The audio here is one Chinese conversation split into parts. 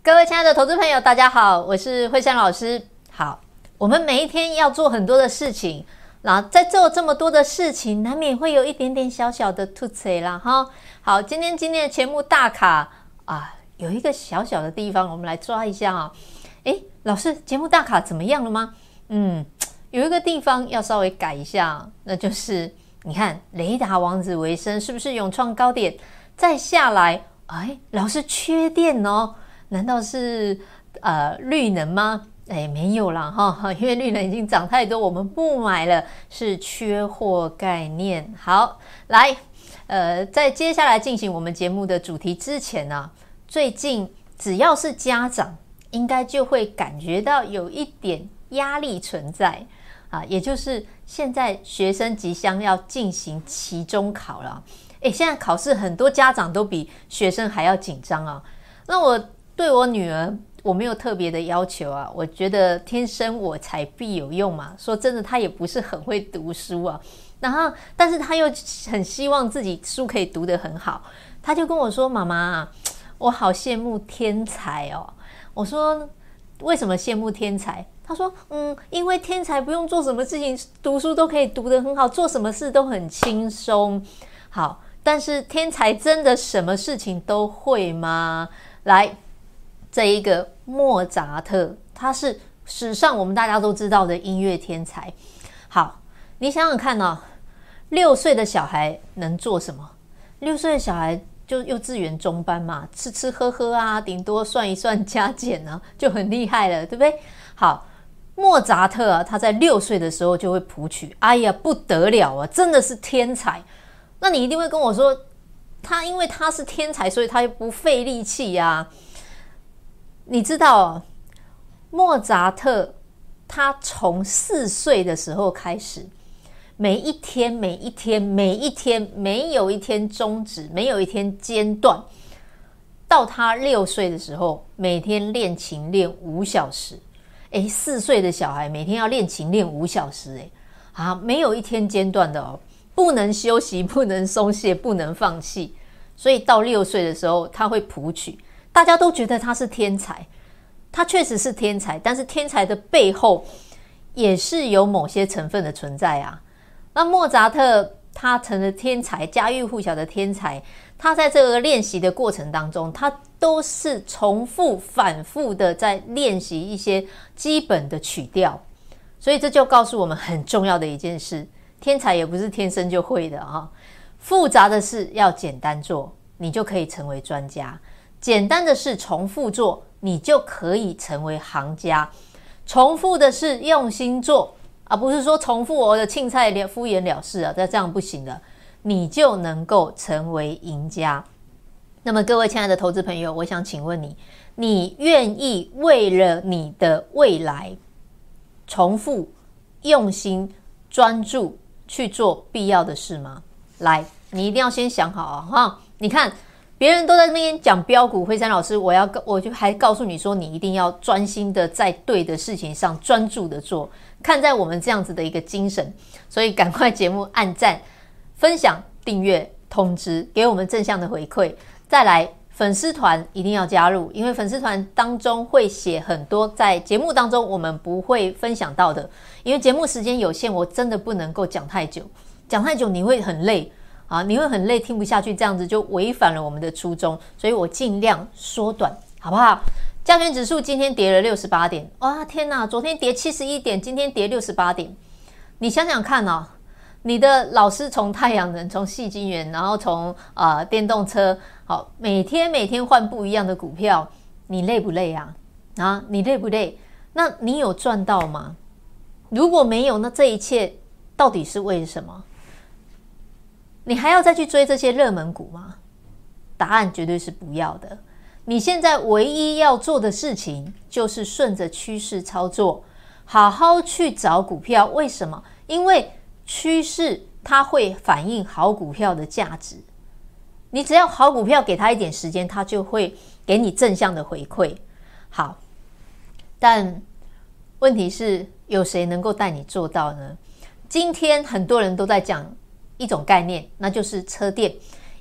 各位亲爱的投资朋友，大家好，我是惠珊老师。好，我们每一天要做很多的事情，然后在做这么多的事情，难免会有一点点小小的突刺啦哈。好，今天的节目大卡啊，有一个小小的地方，我们来抓一下啊。老师，节目大卡怎么样了吗？有一个地方要稍微改一下，那就是你看雷达王子为升是不是永创高点，再下来，老师缺电哦。难道是绿能吗？没有啦哈，因为绿能已经涨太多，我们不买了，是缺货概念。好，来，在接下来进行我们节目的主题之前呢，最近只要是家长，应该就会感觉到有一点压力存在啊，也就是现在学生即将要进行期中考了。现在考试很多家长都比学生还要紧张啊。那我对我女儿我没有特别的要求啊，我觉得天生我材必有用嘛。说真的，她也不是很会读书啊，然后但是她又很希望自己书可以读得很好。她就跟我说：“妈妈，我好羡慕天才哦。”我说：“为什么羡慕天才？”她说：“因为天才不用做什么事情，读书都可以读得很好，做什么事都很轻松。”好，但是天才真的什么事情都会吗？来。这一个莫扎特，他是史上我们大家都知道的音乐天才。好，你想想看哦，6岁的小孩能做什么？6岁的小孩就幼稚园中班嘛，吃吃喝喝啊，顶多算一算加减啊，就很厉害了，对不对？好，莫扎特啊，他在6岁的时候就会谱曲，哎呀不得了啊，真的是天才。那你一定会跟我说，因为他是天才，所以他又不费力气啊。你知道莫扎特他从4岁的时候开始，每一天没有一天终止，没有一天间断，到他6岁的时候，每天练琴练5小时。4岁的小孩每天要练琴练5小时，没有一天间断的哦，不能休息，不能松懈，不能放弃。所以到6岁的时候，他会谱曲。大家都觉得他是天才，他确实是天才，但是天才的背后也是有某些成分的存在啊。那莫扎特他成了天才，家喻户晓的天才，他在这个练习的过程当中，他都是重复反复的在练习一些基本的曲调，所以这就告诉我们很重要的一件事，天才也不是天生就会的啊，复杂的事要简单做，你就可以成为专家。简单的事重复做，你就可以成为行家。重复的事用心做，而不是说重复我的青菜敷衍了事啊，这样不行的，你就能够成为赢家。那么各位亲爱的投资朋友，我想请问你，你愿意为了你的未来重复用心专注去做必要的事吗？来，你一定要先想好啊哈！你看别人都在那边讲标股，惠珊老师我就还告诉你说，你一定要专心的在对的事情上专注的做。看在我们这样子的一个精神，所以赶快节目按赞、分享、订阅、通知，给我们正向的回馈。再来，粉丝团一定要加入，因为粉丝团当中会写很多在节目当中我们不会分享到的，因为节目时间有限，我真的不能够讲太久，讲太久你会很累。你会很累，听不下去，这样子就违反了我们的初衷，所以我尽量缩短，好不好？加权指数今天跌了68点，哇，天哪！昨天跌71点，今天跌68点。你想想看哦，你的老师从太阳能，从矽晶圆，然后从电动车，好，每天换不一样的股票，你累不累啊？你累不累？那你有赚到吗？如果没有，那这一切到底是为什么？你还要再去追这些热门股吗？答案绝对是不要的。你现在唯一要做的事情就是顺着趋势操作，好好去找股票。为什么？因为趋势它会反映好股票的价值。你只要好股票给它一点时间，它就会给你正向的回馈。好，但问题是有谁能够带你做到呢？今天很多人都在讲一种概念，那就是车电。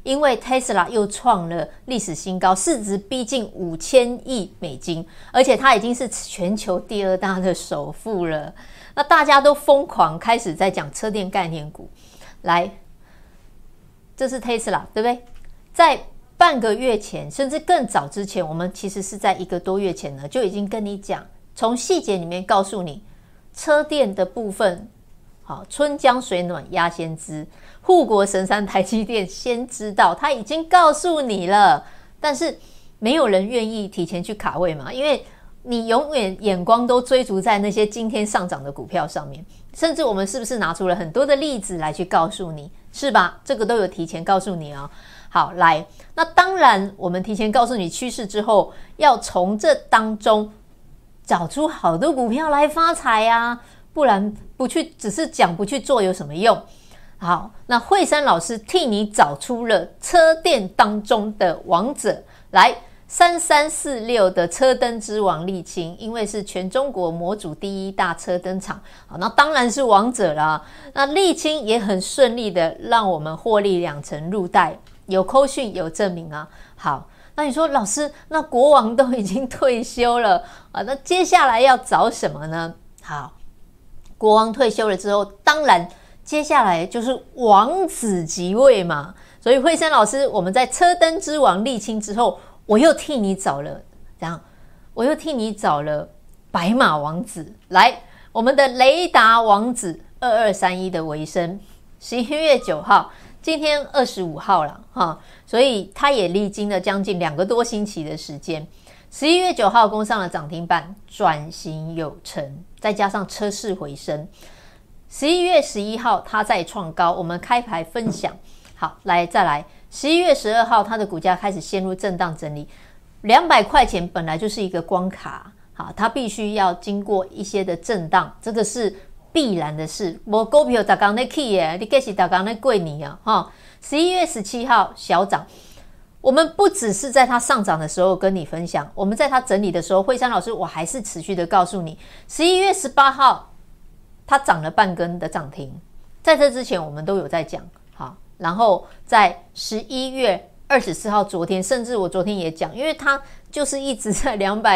因为 Tesla 又创了历史新高，市值逼近5000亿美金，而且它已经是全球第2大的首富了。那大家都疯狂开始在讲车电概念股。来，这是 Tesla 对不对？在半个月前甚至更早之前，我们其实是在1个多月前呢就已经跟你讲，从细节里面告诉你车电的部分，好，春江水暖鸭先知，护国神山台积电先知道，他已经告诉你了，但是没有人愿意提前去卡位嘛，因为你永远眼光都追逐在那些今天上涨的股票上面，甚至我们是不是拿出了很多的例子来去告诉你，是吧？这个都有提前告诉你哦。好，来，那当然我们提前告诉你趋势之后，要从这当中找出好多股票来发财啊，不然不去只是讲不去做有什么用？好，那惠珊老师替你找出了车电当中的王者，来3346的车灯之王沥青，因为是全中国模组第1大车灯厂，好，那当然是王者啦。那沥青也很顺利的让我们获利2成入袋，有扣讯有证明啊。好，那你说老师，那国王都已经退休了啊，那接下来要找什么呢？好，国王退休了之后，当然接下来就是王子即位嘛。所以惠珊老师，我们在车灯之王沥青之后，我又替你找了这样，我又替你找了白马王子，来，我们的雷达王子2231的维生，11月9号，今天25号了哈，所以它也历经了将近2个多星期的时间。11月9号攻上了涨停板，转型有成，再加上车市回升。11月11号它再创高，我们开牌分享。好，来再来，11月12号它的股价开始陷入震荡整理，200块钱本来就是一个关卡，好，它必须要经过一些的震荡，这个是必然的事。没股票大家在起耶，你还是大家在过年啊哈。11月17号小涨，我们不只是在它上涨的时候跟你分享，我们在它整理的时候，惠珊老师我还是持续的告诉你。11月18号它涨了半根的涨停，在这之前我们都有在讲，好，然后在11月24号昨天，甚至我昨天也讲，因为它就是一直在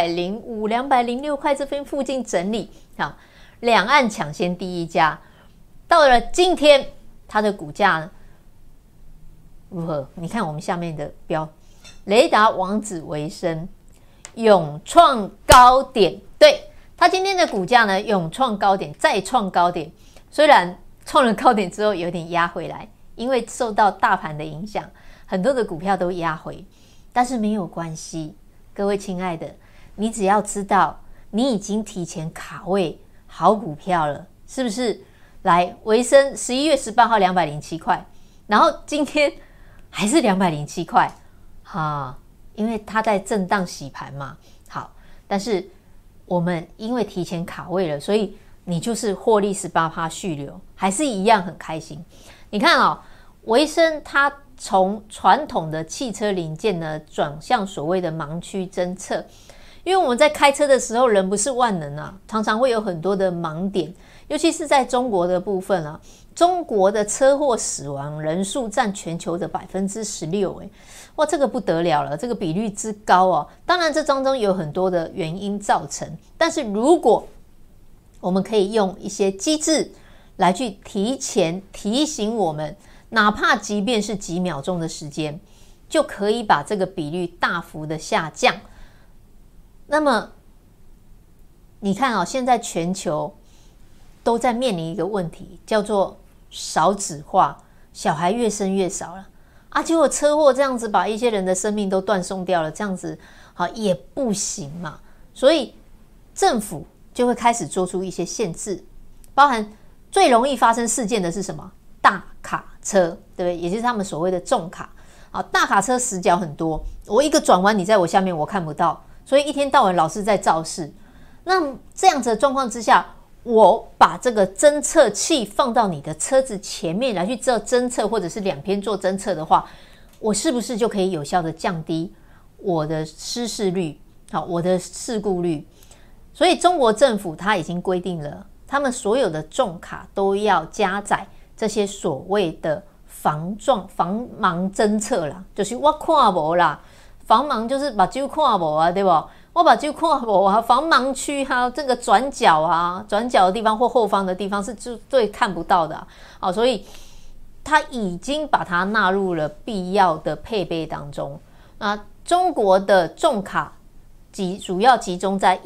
205、206块这边附近整理，好，两岸抢先第一家。到了今天它的股价如何？你看我们下面的标，雷达王子为生永创高点，对，它今天的股价呢永创高点，再创高点，虽然创了高点之后有点压回来，因为受到大盘的影响，很多的股票都压回，但是没有关系，各位亲爱的，你只要知道你已经提前卡位好股票了，是不是？来，维生11月18号207块，然后今天还是207块，因为它在震荡洗盘嘛。好，但是我们因为提前卡位了，所以你就是获利18%续留，还是一样很开心。你看哦，维生它从传统的汽车零件呢转向所谓的盲区侦测，因为我们在开车的时候人不是万能啊，常常会有很多的盲点，尤其是在中国的部分啊，中国的车祸死亡人数占全球的16%，哇，这个不得了了，这个比率之高哦。当然这当中有很多的原因造成，但是如果我们可以用一些机制来去提前提醒我们，哪怕即便是几秒钟的时间，就可以把这个比率大幅的下降。那么你看哦，现在全球都在面临一个问题，叫做少子化，小孩越生越少了啊，结果车祸这样子把一些人的生命都断送掉了，这样子也不行嘛。所以政府就会开始做出一些限制，包含最容易发生事件的是什么？大卡车，对不对？也就是他们所谓的重卡。大卡车死角很多，我一个转弯你在我下面我看不到，所以一天到晚老是在肇事。那这样子的状况之下，我把这个侦测器放到你的车子前面来去做侦测，或者是两边做侦测的话，我是不是就可以有效的降低我的失事率，我的事故率？所以中国政府它已经规定了，他们所有的重卡都要加载这些所谓的防盲侦测啦，就是我看无啦，防盲就是目睭看无啊，对不？我目睭看无啊，防盲区哈，这个转角的地方或后方的地方是最看不到的啊，所以它已经把它纳入了必要的配备当中。那中国的重卡主要集中在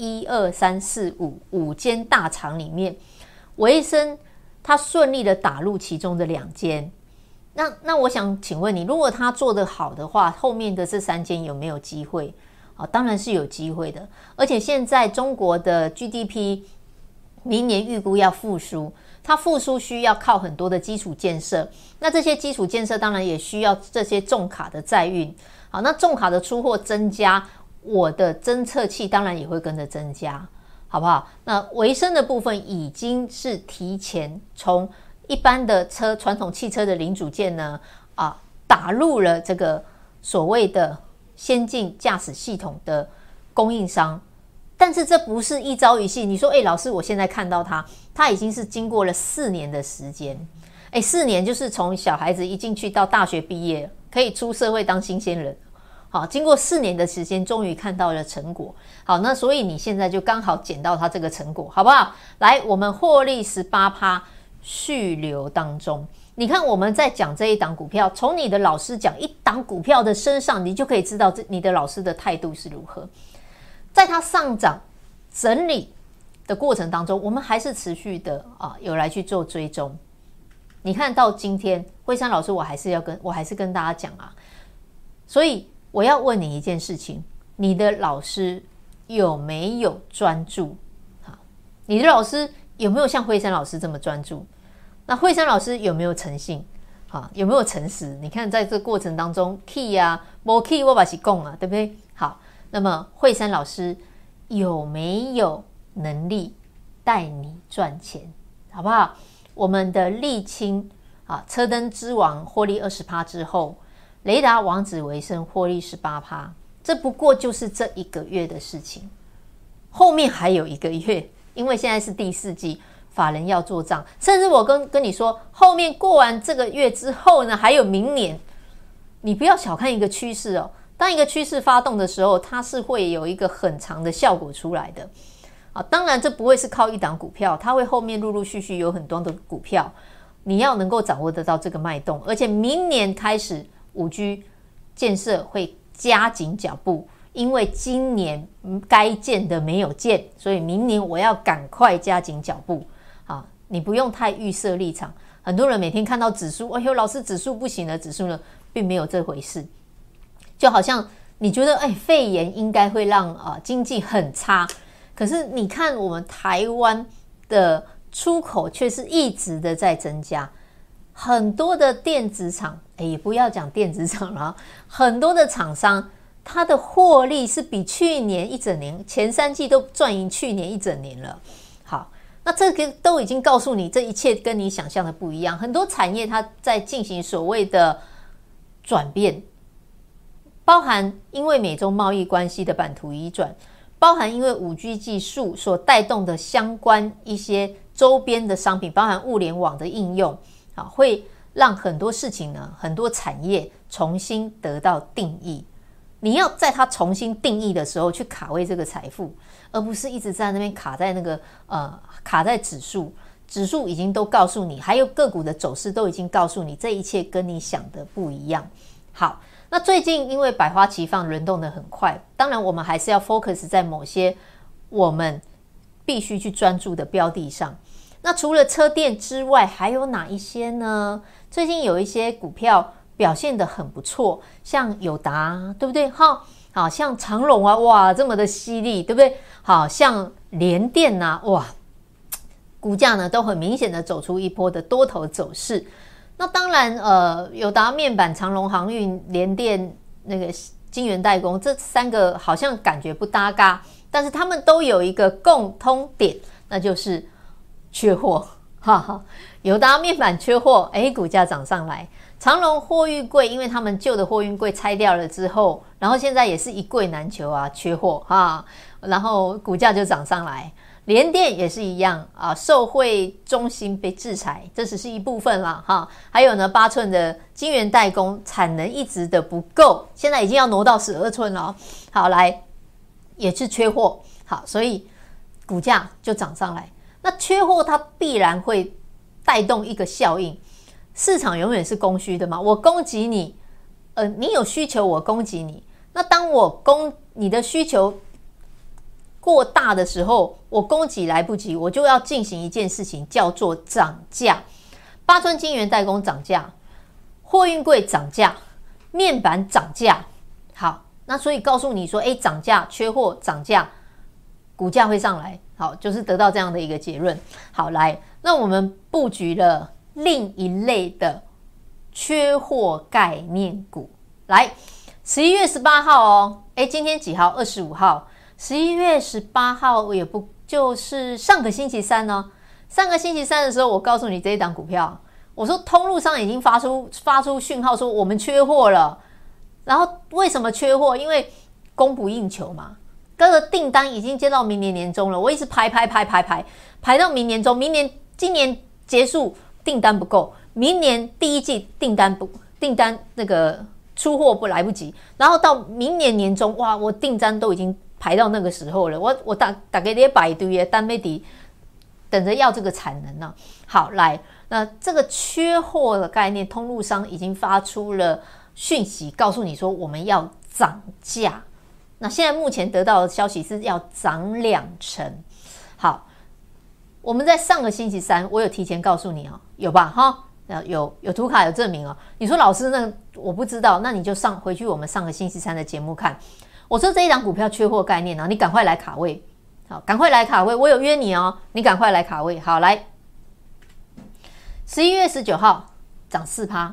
1、2、3、4、5间大厂里面，维生它顺利的打入其中的2间。那我想请问你，如果他做得好的话，后面的这3间有没有机会？当然是有机会的。而且现在中国的 GDP 明年预估要复苏，它复苏需要靠很多的基础建设，那这些基础建设当然也需要这些重卡的载运。好，那重卡的出货增加，我的侦测器当然也会跟着增加，好不好？那维生的部分已经是提前从一般的传统汽车的零组件呢，打入了这个所谓的先进驾驶系统的供应商。但是这不是一朝一夕，你说老师我现在看到它已经是经过了4年的时间。4年就是从小孩子一进去到大学毕业，可以出社会当新鲜人。好，经过4年的时间，终于看到了成果。好，那所以你现在就刚好捡到它这个成果，好不好？来，我们获利 18%续流当中，你看我们在讲这一档股票，从你的老师讲一档股票的身上，你就可以知道你的老师的态度是如何。在它上涨整理的过程当中，我们还是持续的有来去做追踪。你看到今天惠珊老师，我还是跟大家讲所以我要问你一件事情，你的老师有没有专注？你的老师有没有像惠珊老师这么专注？那惠珊老师有没有诚信？有没有诚实？你看在这个过程当中 key 没 key 我把是讲对不对？好，那么惠珊老师有没有能力带你赚钱？好不好？我们的沥青车灯之王获利 20% 之后，雷达王子维生获利 18%， 这不过就是这1个月的事情，后面还有1个月，因为现在是第4季，法人要做账，甚至我跟你说，后面过完这个月之后呢，还有明年。你不要小看一个趋势当一个趋势发动的时候，它是会有一个很长的效果出来的当然这不会是靠一档股票，它会后面陆陆续续有很多的股票，你要能够掌握得到这个脉动。而且明年开始 5G 建设会加紧脚步，因为今年该建的没有建，所以明年我要赶快加紧脚步你不用太预设立场。很多人每天看到指数，老师指数不行了，指数呢并没有这回事。就好像你觉得肺炎应该会让经济很差，可是你看我们台湾的出口却是一直的在增加，很多的电子厂也不要讲电子厂了，很多的厂商它的获利是比去年一整年前3季都赚赢去年一整年了。好，那这个都已经告诉你，这一切跟你想象的不一样。很多产业它在进行所谓的转变，包含因为美中贸易关系的版图移转，包含因为 5G 技术所带动的相关一些周边的商品，包含物联网的应用会让很多事情呢，很多产业重新得到定义。你要在它重新定义的时候去卡位这个财富，而不是一直在那边卡在那个卡在指数已经都告诉你，还有个股的走势都已经告诉你，这一切跟你想的不一样。好，那最近因为百花齐放，轮动的很快，当然我们还是要 focus 在某些我们必须去专注的标的上。那除了车电之外，还有哪一些呢？最近有一些股票表现得很不错，像友达，对不对？好像长荣哇，这么的犀利，对不对？好像联电哇，股价呢都很明显的走出一波的多头走势。那当然友达面板、长荣航运、联电那个晶圆代工，这3个好像感觉不搭嘎，但是他们都有一个共通点，那就是缺货。友达面板缺货，股价涨上来。长荣货运柜，因为他们旧的货运柜拆掉了之后，然后现在也是一柜难求缺货然后股价就涨上来。 联电也是一样啊，受惠中芯被制裁，这只是一部分啦哈。还有呢，8寸的晶圆代工产能一直的不够，现在已经要挪到12寸了。好，来也是缺货，好，所以股价就涨上来。那缺货它必然会带动一个效应，市场永远是供需的嘛，我供给你，你有需求我供给你，那当我你的需求过大的时候，我供给来不及，我就要进行一件事情，叫做涨价。8寸晶圆代工涨价，货运柜涨价，面板涨价。好，那所以告诉你说，涨价、缺货、涨价，股价会上来。好，就是得到这样的一个结论。好，来，那我们布局了另一类的缺货概念股。来，11月18号哦，今天几号？25号。11月18号也不就是上个星期三呢？上个星期三的时候，我告诉你这一档股票，我说通路上已经发出讯号说我们缺货了。然后为什么缺货？因为供不应求嘛。这个订单已经接到明年年中了，我一直排到明年中，今年结束订单不够，明年第一季订单那个出货来不及，然后到明年年中，哇，我订单都已经排到那个时候了，我大概也摆堆的单妹底等着要这个产能呢。好，来，那这个缺货的概念，通路商已经发出了讯息，告诉你说我们要涨价。那现在目前得到的消息是要涨2成。好，我们在上个星期三，我有提前告诉你哦，有吧？哈，有图卡有证明哦。你说老师，那我不知道，那你就回去我们上个星期三的节目看。我说这一档股票缺货概念啊，你赶快来卡位。好，赶快来卡位，我有约你哦，你赶快来卡位。好，来，11月19号涨4%，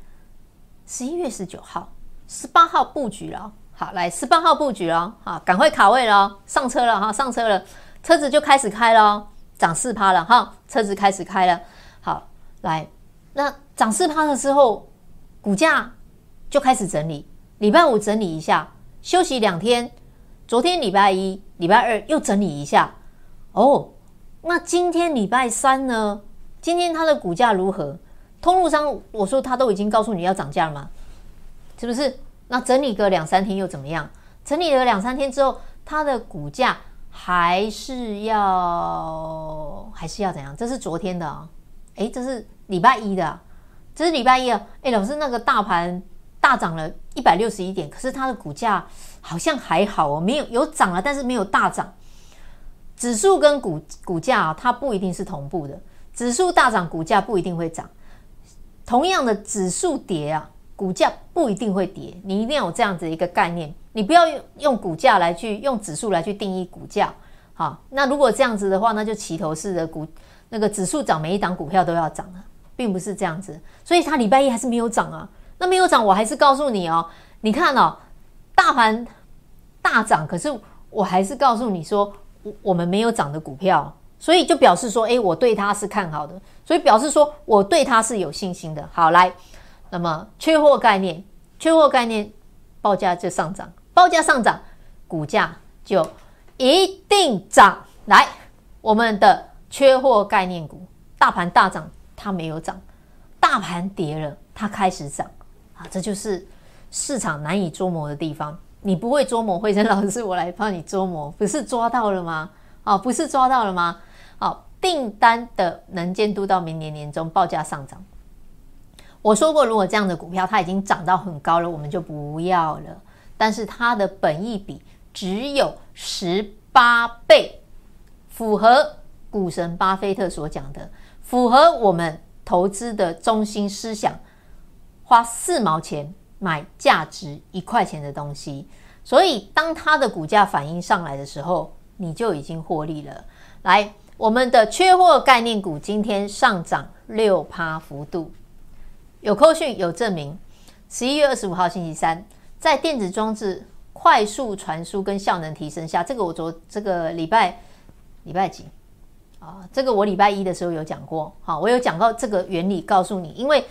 11月19号，18号布局了。好，来18号布局了，好，赶快卡位了，上车了哈，上车了，车子就开始开了，涨4%了哈，车子开始开了。好，来，那涨4%的时候，股价就开始整理，礼拜五整理一下，休息2天，昨天礼拜一、礼拜二又整理一下。哦，那今天礼拜三呢？今天它的股价如何？通路商我说他都已经告诉你要涨价了吗？是不是？那整理个2-3天又怎么样？整理了2-3天之后，它的股价还是要怎样？这是昨天的啊，这是礼拜一的啊，这是礼拜一啊。老师，那个大盘大涨了161点，可是它的股价好像还好哦，有涨了，但是没有大涨。指数跟股价啊，它不一定是同步的，指数大涨，股价不一定会涨。同样的，指数跌啊，股价不一定会跌，你一定要有这样子的一个概念，你不要用股价用指数来去定义股价。好，那如果这样子的话，那就齐头式的那个指数涨，每一档股票都要涨了，并不是这样子。所以它礼拜一还是没有涨啊。那没有涨，我还是告诉你哦，你看哦，大盘大涨，可是我还是告诉你说，我们没有涨的股票，所以就表示说，我对它是看好的，所以表示说我对它是有信心的。好，来。那么缺货概念，报价就上涨，报价上涨，股价就一定涨。来，我们的缺货概念股，大盘大涨它没有涨，大盘跌了它开始涨啊，这就是市场难以捉摸的地方。你不会捉摸，慧珍老师我来帮你捉摸，不是抓到了吗？不是抓到了吗？订单的能见度到明年年中，报价上涨。我说过，如果这样的股票它已经涨到很高了，我们就不要了。但是它的本益比只有18倍，符合股神巴菲特所讲的，符合我们投资的中心思想，花4毛钱买价值1块钱的东西。所以当它的股价反应上来的时候，你就已经获利了。来，我们的缺货概念股今天上涨6%幅度。有扣讯有证明，11月25号星期三，在电子装置快速传输跟效能提升下，这个这个礼拜几啊？这个我礼拜一的时候有讲过，好，我有讲到这个原理，告诉你，因为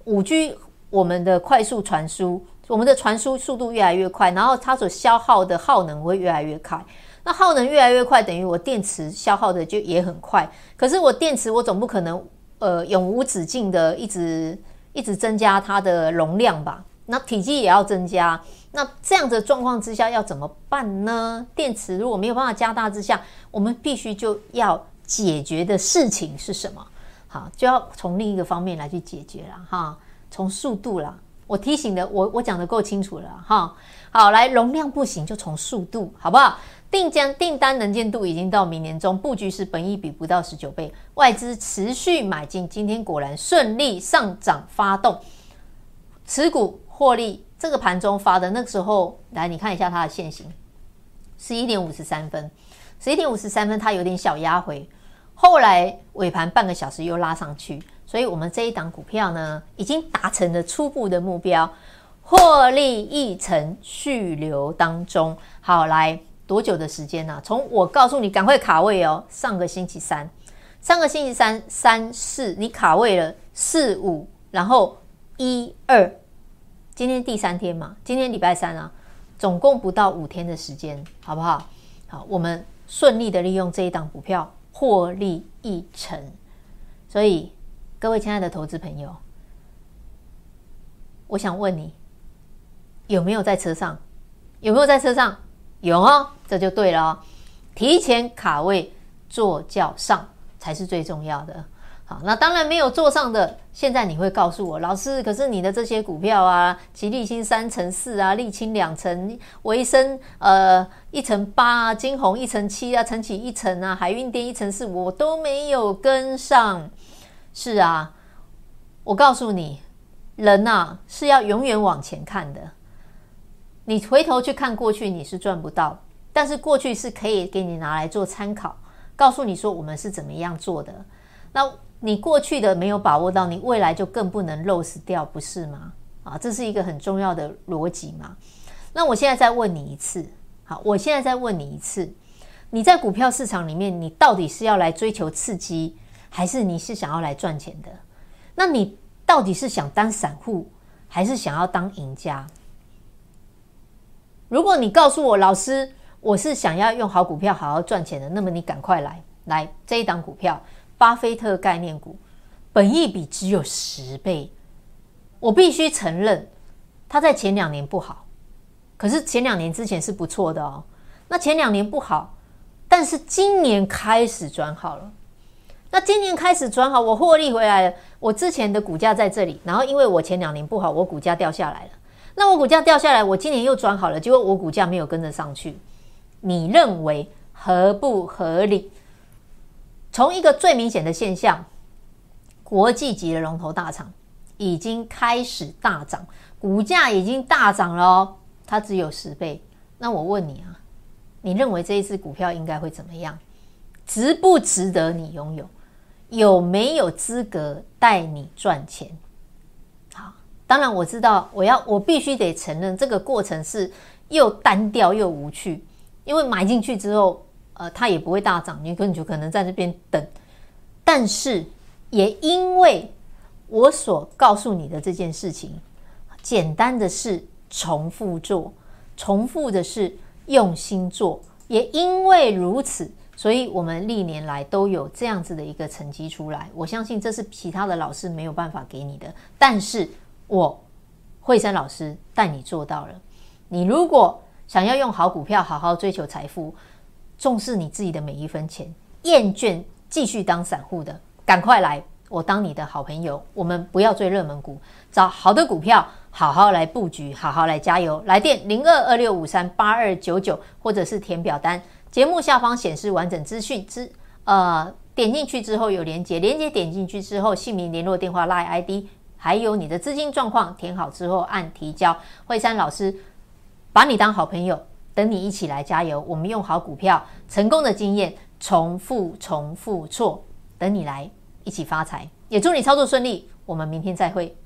5G 我们的快速传输，我们的传输速度越来越快，然后它所消耗的耗能会越来越快， 那耗能越来越快，等于我电池消耗的就也很快。可是我电池我总不可能永无止境的一直增加它的容量吧？那体积也要增加。那这样的状况之下要怎么办呢？电池如果没有办法加大之下，我们必须就要解决的事情是什么？好，就要从另一个方面来去解决了哈，从速度啦。我提醒的，我讲的够清楚了哈。好，来容量不行就从速度，好不好？订单能见度已经到明年中，布局是本益比不到19倍，外资持续买进，今天果然顺利上涨发动，持股获利。这个盘中发的那个时候，来你看一下它的线型，11点53分，11点53分它有点小压回，后来尾盘半个小时又拉上去，所以我们这一档股票呢，已经达成了初步的目标，获利1成续留当中。好，来多久的时间呢？从我告诉你赶快卡位哦，上个星期三3、4你卡位了4、5，然后1、2。今天第3天嘛，今天礼拜3啊，总共不到5天的时间，好不好？好，我们顺利的利用这一档股票获利1成。所以各位亲爱的投资朋友，我想问你，有没有在车上？有没有在车上？有哦，这就对了哦。提前卡位坐轿上才是最重要的。好，那当然没有做上的，现在你会告诉我，老师，可是你的这些股票啊，奇力新3成4啊，力清2成，维生1成8啊，金鸿1成7啊，晨起1成啊，海运电1成4，我都没有跟上。是啊，我告诉你，人啊是要永远往前看的。你回头去看过去，你是赚不到，但是过去是可以给你拿来做参考，告诉你说我们是怎么样做的。那你过去的没有把握到，你未来就更不能 lose 掉，不是吗？啊，这是一个很重要的逻辑嘛。那我现在再问你一次，好，我现在再问你一次，你在股票市场里面，你到底是要来追求刺激，还是你是想要来赚钱的？那你到底是想当散户，还是想要当赢家？如果你告诉我，老师，我是想要用好股票好好赚钱的，那么你赶快来这一档股票。巴菲特概念股本益比只有10倍，我必须承认它在前2年不好，可是前2年之前是不错的哦。那前2年不好，但是今年开始转好了。那今年开始转好，我获利回来了。我之前的股价在这里，然后因为我前2年不好，我股价掉下来了。那我股价掉下来，我今年又转好了，结果我股价没有跟着上去。你认为合不合理？从一个最明显的现象，国际级的龙头大厂已经开始大涨，股价已经大涨了哦，它只有10倍。那我问你啊，你认为这一支股票应该会怎么样？值不值得你拥有？有没有资格带你赚钱？好，当然我知道，我必须得承认，这个过程是又单调又无趣，因为买进去之后。它也不会大涨，你就可能在这边等。但是也因为我所告诉你的这件事情，简单的是重复做，重复的是用心做。也因为如此，所以我们历年来都有这样子的一个成绩出来。我相信这是其他的老师没有办法给你的，但是我惠珊老师带你做到了。你如果想要用好股票好好追求财富，重视你自己的每一分钱，厌倦继续当散户的，赶快来，我当你的好朋友。我们不要追热门股，找好的股票，好好来布局，好好来加油。来电0226538299，或者是填表单，节目下方显示完整资讯点进去之后有连结点进去之后，姓名、联络电话、LINE ID， 还有你的资金状况填好之后按提交，惠珊老师把你当好朋友。等你一起来加油，我们用好股票成功的经验重复错，等你来一起发财，也祝你操作顺利，我们明天再会。